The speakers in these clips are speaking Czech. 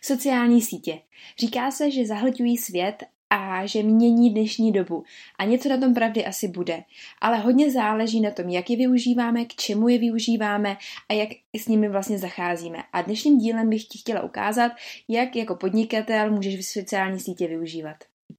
Sociální sítě. Říká se, že zahlťují svět a že mění dnešní dobu. A něco na tom pravdy asi bude. Ale hodně záleží na tom, jak je využíváme, k čemu je využíváme a jak s nimi vlastně zacházíme. A dnešním dílem bych ti chtěla ukázat, jak jako podnikatel můžeš sociální sítě využívat.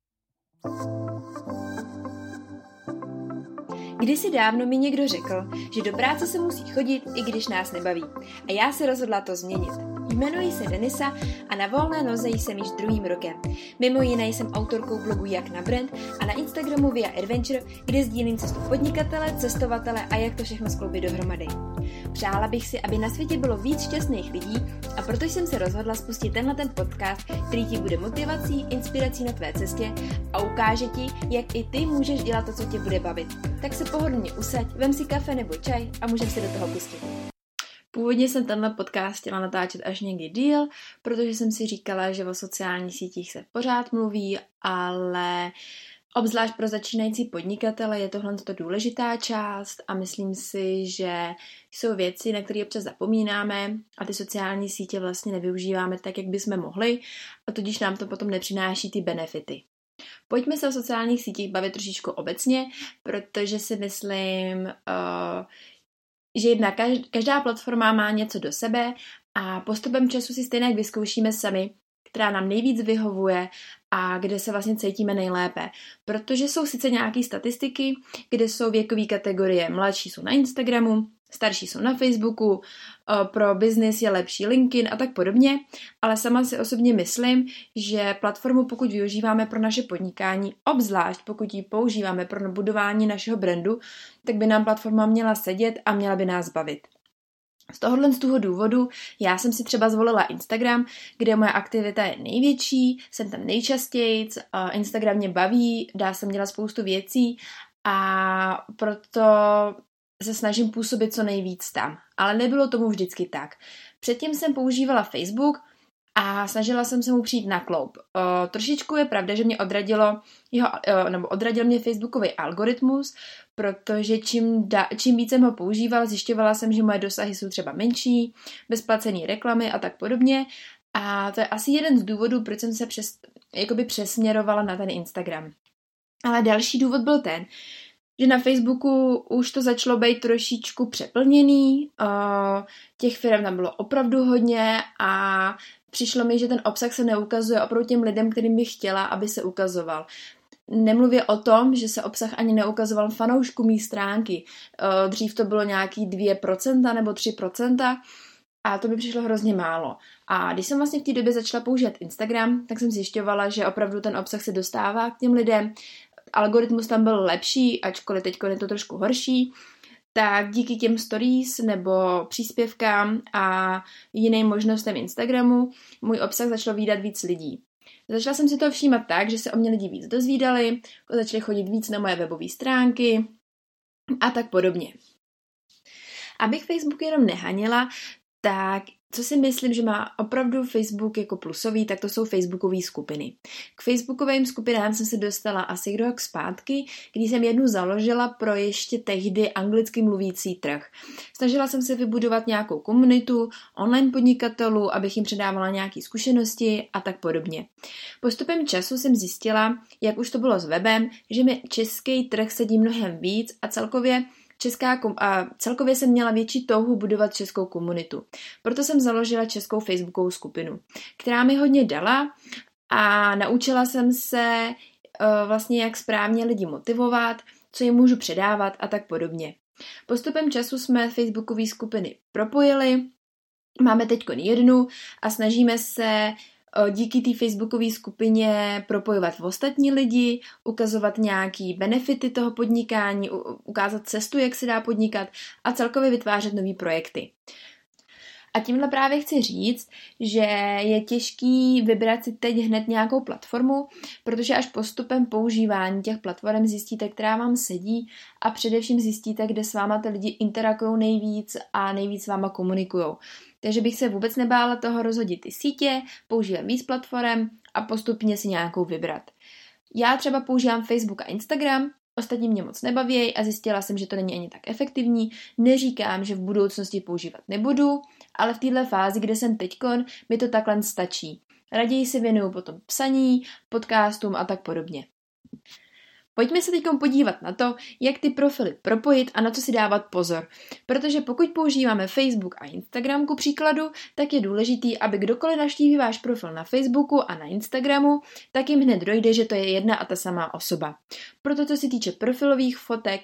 Kdysi dávno mi někdo řekl, že do práce se musí chodit, i když nás nebaví. A já se rozhodla to změnit. Jmenuji se Denisa a na volné noze jsem již 2. rokem. Mimo jiné jsem autorkou blogu Jak na brand a na Instagramu Via Adventure, kde sdílím cestu podnikatele, cestovatele a jak to všechno skloubit dohromady. Přála bych si, aby na světě bylo víc šťastných lidí a proto jsem se rozhodla spustit tenhle podcast, který ti bude motivací, inspirací na tvé cestě a ukáže ti, jak i ty můžeš dělat to, co tě bude bavit. Tak se pohodlně usaď, vem si kafe nebo čaj a můžeme se do toho pustit. Původně jsem tenhle podcast chtěla natáčet až někdy díl, protože jsem si říkala, že o sociálních sítích se pořád mluví, ale obzvlášť pro začínající podnikatele je tohle důležitá část a myslím si, že jsou věci, na které občas zapomínáme a ty sociální sítě vlastně nevyužíváme tak, jak bychom mohli a tudíž nám to potom nepřináší ty benefity. Pojďme se o sociálních sítích bavit trošičku obecně, protože si myslím, že každá platforma má něco do sebe a postupem času si stejně vyzkoušíme sami, která nám nejvíc vyhovuje a kde se vlastně cítíme nejlépe. Protože jsou sice nějaké statistiky, kde jsou věkové kategorie, mladší jsou na Instagramu, starší jsou na Facebooku, pro biznis je lepší LinkedIn a tak podobně, ale sama si osobně myslím, že platformu pokud využíváme pro naše podnikání, obzvlášť pokud ji používáme pro budování našeho brandu, tak by nám platforma měla sedět a měla by nás bavit. Z toho důvodu já jsem si třeba zvolila Instagram, kde moje aktivita je největší, jsem tam nejčastěji, Instagram mě baví, dá se dělat spoustu věcí a proto se snažím působit co nejvíc tam. Ale nebylo tomu vždycky tak. Předtím jsem používala Facebook a snažila jsem se mu přijít na kloub. Trošičku je pravda, že mě odradil mě Facebookový algoritmus, protože čím víc jsem ho používala, zjišťovala jsem, že moje dosahy jsou třeba menší, bez placené reklamy a tak podobně. A to je asi jeden z důvodů, proč jsem se přesměrovala na ten Instagram. Ale další důvod byl ten, že na Facebooku už to začalo být trošičku přeplněný, těch firm tam bylo opravdu hodně a přišlo mi, že ten obsah se neukazuje opravdu těm lidem, kterým bych chtěla, aby se ukazoval. Nemluvě o tom, že se obsah ani neukazoval fanouškům mý stránky. Dřív to bylo nějaký 2% nebo 3% a to by přišlo hrozně málo. A když jsem vlastně v té době začala používat Instagram, tak jsem zjišťovala, že opravdu ten obsah se dostává k těm lidem. Algoritmus tam byl lepší, ačkoliv teď je to trošku horší, tak díky těm stories nebo příspěvkám a jiným možnostem Instagramu můj obsah začalo vídat víc lidí. Začala jsem si to všímat tak, že se o mě lidi víc dozvídali, začali chodit víc na moje webové stránky a tak podobně. Abych Facebook jenom nehanila, tak co si myslím, že má opravdu Facebook jako plusový, tak to jsou facebookové skupiny. K facebookovým skupinám jsem se dostala asi rok zpátky, když jsem jednu založila pro ještě tehdy anglicky mluvící trh. Snažila jsem se vybudovat nějakou komunitu online podnikatelů, abych jim předávala nějaké zkušenosti a tak podobně. Postupem času jsem zjistila, jak už to bylo s webem, že mi český trh sedí mnohem víc a celkově jsem měla větší touhu budovat českou komunitu. Proto jsem založila českou facebookovou skupinu, která mi hodně dala a naučila jsem se vlastně, jak správně lidi motivovat, co jim můžu předávat a tak podobně. Postupem času jsme facebookové skupiny propojili, máme teď jednu a snažíme se díky té facebookové skupině propojovat v ostatní lidi, ukazovat nějaký benefity toho podnikání, ukázat cestu, jak se dá podnikat a celkově vytvářet nový projekty. A tímhle právě chci říct, že je těžký vybrat si teď hned nějakou platformu, protože až postupem používání těch platform zjistíte, která vám sedí a především zjistíte, kde s váma ty lidi interakují nejvíc a nejvíc s váma komunikujou. Takže bych se vůbec nebála toho rozhodit ty sítě, používat víc platform a postupně si nějakou vybrat. Já třeba používám Facebook a Instagram, ostatní mě moc nebaví a zjistila jsem, že to není ani tak efektivní. Neříkám, že v budoucnosti používat nebudu, ale v této fázi, kde jsem teďkon, mi to takhle stačí. Raději si věnuju potom psaní, podcastům a tak podobně. Pojďme se teď podívat na to, jak ty profily propojit a na co si dávat pozor. Protože pokud používáme Facebook a Instagram ku příkladu, tak je důležitý, aby kdokoliv navštíví váš profil na Facebooku a na Instagramu, tak jim hned dojde, že to je jedna a ta samá osoba. Proto co se týče profilových fotek,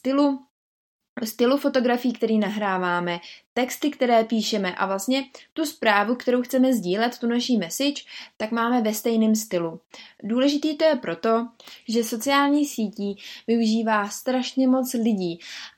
stylu fotografií, který nahráváme, texty, které píšeme a vlastně tu zprávu, kterou chceme sdílet, tu naší message, tak máme ve stejném stylu. Důležitý to je proto, že sociální sítí využívá strašně moc lidí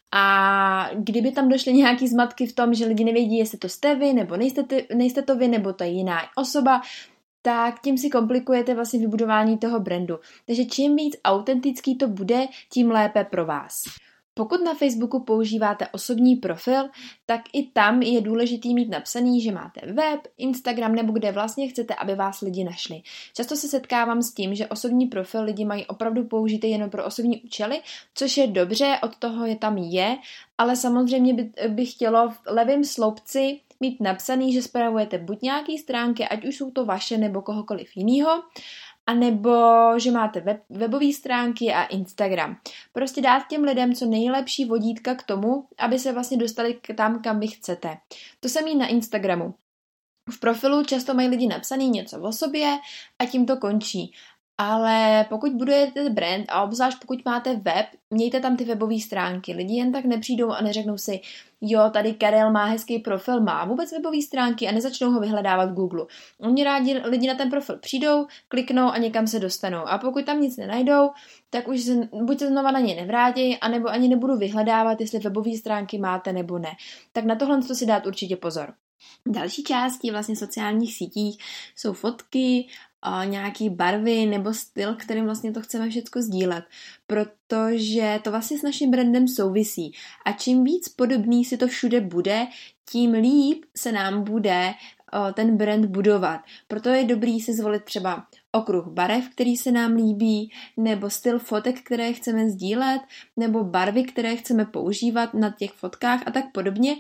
a kdyby tam došly nějaký zmatky v tom, že lidi nevědí, jestli to jste vy, nebo nejste to vy, nebo to je jiná osoba, tak tím si komplikujete vlastně vybudování toho brandu. Takže čím víc autentický to bude, tím lépe pro vás. Pokud na Facebooku používáte osobní profil, tak i tam je důležitý mít napsaný, že máte web, Instagram nebo kde vlastně chcete, aby vás lidi našli. Často se setkávám s tím, že osobní profil lidi mají opravdu použitý jenom pro osobní účely, což je dobře, od toho je tam ale samozřejmě by chtělo v levém sloupci mít napsaný, že spravujete buď nějaký stránky, ať už jsou to vaše nebo kohokoliv jinýho, a nebo že máte webové stránky a Instagram. Prostě dát těm lidem co nejlepší vodítka k tomu, aby se vlastně dostali tam, kam vy chcete. To samé na Instagramu. V profilu často mají lidi napsaný něco o sobě a tím to končí. Ale pokud budujete brand a obzvlášť pokud máte web, mějte tam ty webové stránky. Lidi jen tak nepřijdou a neřeknou si, jo, tady Karel má hezký profil, má vůbec webové stránky a nezačnou ho vyhledávat v Google. Oni rádi lidi na ten profil přijdou, kliknou a někam se dostanou. A pokud tam nic nenajdou, tak už buď se znova na ně nevrátí, anebo ani nebudu vyhledávat, jestli webové stránky máte nebo ne. Tak na tohle si dát určitě pozor. Další části vlastně sociálních sítích jsou fotky, nějaký barvy nebo styl, kterým vlastně to chceme všechno sdílet, protože to vlastně s naším brandem souvisí. A čím víc podobný si to všude bude, tím líp se nám bude ten brand budovat. Proto je dobrý si zvolit třeba okruh barev, který se nám líbí, nebo styl fotek, které chceme sdílet, nebo barvy, které chceme používat na těch fotkách a tak podobně.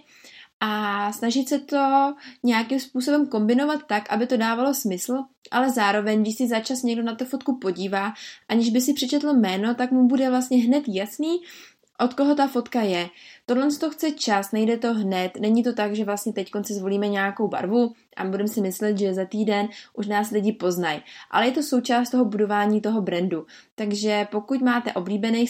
A snažit se to nějakým způsobem kombinovat tak, aby to dávalo smysl, ale zároveň, když si za čas někdo na tu fotku podívá, aniž by si přečetl jméno, tak mu bude vlastně hned jasný, od koho ta fotka je. Tohle to chce čas, nejde to hned, není to tak, že vlastně teď si zvolíme nějakou barvu a budeme si myslet, že za týden už nás lidi poznají. Ale je to součást toho budování toho brandu. Takže pokud máte oblíbený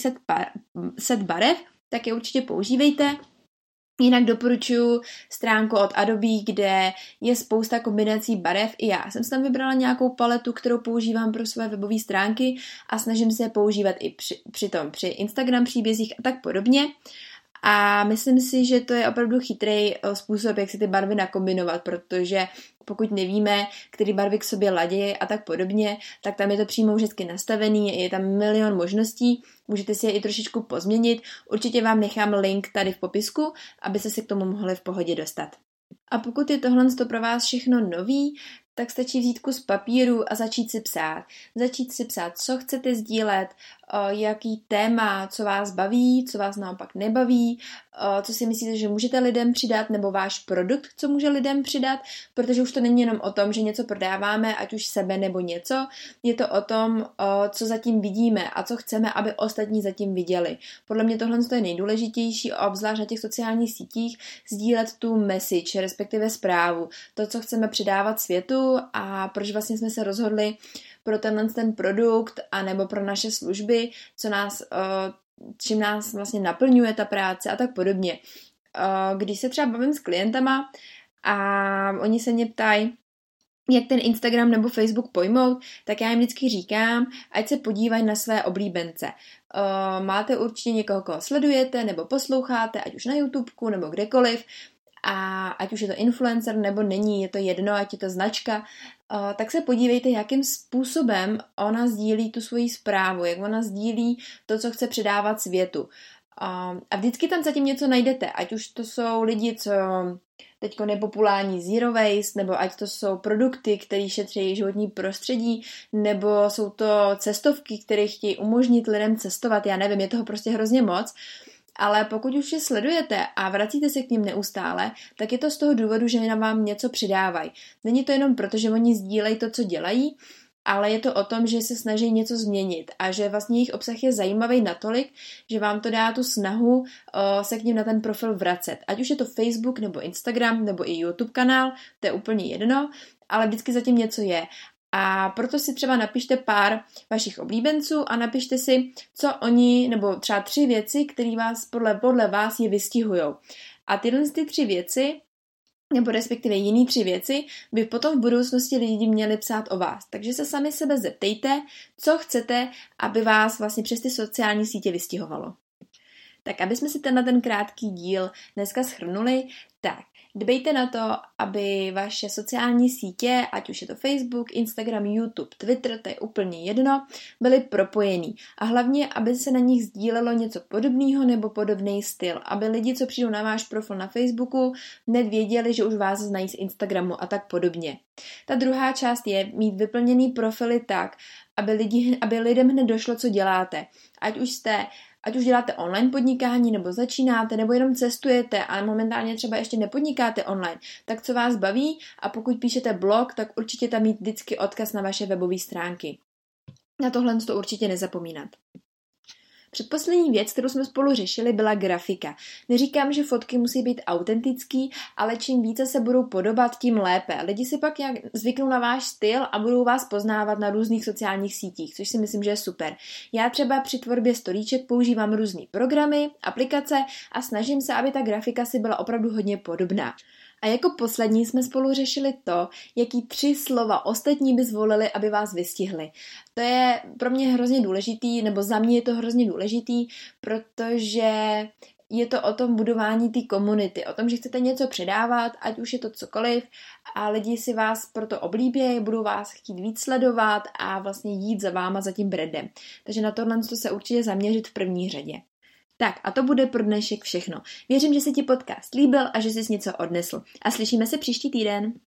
set barev, tak je určitě používejte. Jinak doporučuji stránku od Adobe, kde je spousta kombinací barev. I já jsem si tam vybrala nějakou paletu, kterou používám pro své webové stránky a snažím se je používat i při Instagram příbězích a tak podobně. A myslím si, že to je opravdu chytrý způsob, jak si ty barvy nakombinovat, protože pokud nevíme, které barvy k sobě ladějí a tak podobně, tak tam je to přímo už hezky nastavený, je tam milion možností, můžete si je i trošičku pozměnit. Určitě vám nechám link tady v popisku, abyste se k tomu mohli v pohodě dostat. A pokud je tohle pro vás všechno nový, tak stačí vzít kus papíru a začít si psát. Začít si psát, co chcete sdílet, jaký téma, co vás baví, co vás naopak nebaví, co si myslíte, že můžete lidem přidat, nebo váš produkt, co může lidem přidat, protože už to není jenom o tom, že něco prodáváme, ať už sebe nebo něco, je to o tom, co zatím vidíme a co chceme, aby ostatní zatím viděli. Podle mě tohle je nejdůležitější, obzvlášť na těch sociálních sítích, sdílet tu message, respektive zprávu, to, co chceme přidávat světu a proč vlastně jsme se rozhodli pro ten produkt a nebo pro naše služby, čím nás vlastně naplňuje ta práce a tak podobně. Když se třeba bavím s klientama a oni se mě ptají, jak ten Instagram nebo Facebook pojmout, tak já jim vždycky říkám, ať se podívají na své oblíbence. Máte určitě někoho, koho sledujete nebo posloucháte, ať už na YouTubeku nebo kdekoliv, a ať už je to influencer nebo není, je to jedno, ať je to značka, tak se podívejte, jakým způsobem ona sdílí tu svoji zprávu, jak ona sdílí to, co chce předávat světu. A vždycky tam zatím něco najdete, ať už to jsou lidi, co teďko nepopulární zero waste, nebo ať to jsou produkty, které šetří životní prostředí, nebo jsou to cestovky, které chtějí umožnit lidem cestovat, já nevím, je toho prostě hrozně moc. Ale pokud už je sledujete a vracíte se k nim neustále, tak je to z toho důvodu, že na vám něco přidávají. Není to jenom proto, že oni sdílejí to, co dělají, ale je to o tom, že se snaží něco změnit a že vlastně jejich obsah je zajímavý natolik, že vám to dá tu snahu se k ním na ten profil vracet. Ať už je to Facebook nebo Instagram nebo i YouTube kanál, to je úplně jedno, ale vždycky zatím něco je. A proto si třeba napište pár vašich oblíbenců a napište si, co oni, nebo třeba 3 věci, které vás podle vás je vystihujou. A tyhle 3 věci, nebo respektive jiný 3 věci, by potom v budoucnosti lidi měli psát o vás. Takže se sami sebe zeptejte, co chcete, aby vás vlastně přes ty sociální sítě vystihovalo. Tak aby jsme si ten krátký díl dneska shrnuli, tak dbejte na to, aby vaše sociální sítě, ať už je to Facebook, Instagram, YouTube, Twitter, to je úplně jedno, byly propojený. A hlavně, aby se na nich sdílelo něco podobného nebo podobný styl. Aby lidi, co přijdou na váš profil na Facebooku, hned věděli, že už vás znají z Instagramu a tak podobně. Ta druhá část je mít vyplněný profily tak, aby lidem hned došlo, co děláte. Ať už děláte online podnikání, nebo začínáte, nebo jenom cestujete a momentálně třeba ještě nepodnikáte online, tak co vás baví a pokud píšete blog, tak určitě tam mít vždycky odkaz na vaše webové stránky. Na tohle to určitě nezapomínat. Předposlední věc, kterou jsme spolu řešili, byla grafika. Neříkám, že fotky musí být autentický, ale čím více se budou podobat, tím lépe. Lidi si pak nějak zvyknou na váš styl a budou vás poznávat na různých sociálních sítích, což si myslím, že je super. Já třeba při tvorbě storíček používám různý programy, aplikace a snažím se, aby ta grafika si byla opravdu hodně podobná. A jako poslední jsme spolu řešili to, jaký 3 slova ostatní by zvolili, aby vás vystihli. To je pro mě hrozně důležitý, nebo za mě je to hrozně důležitý, protože je to o tom budování té komunity, o tom, že chcete něco předávat, ať už je to cokoliv a lidi si vás proto oblíbějí, budou vás chtít víc sledovat a vlastně jít za váma, za tím brandem. Takže na tohle se určitě zaměřit v první řadě. Tak a to bude pro dnešek všechno. Věřím, že se ti podcast líbil a že jsi něco odnesl. A slyšíme se příští týden.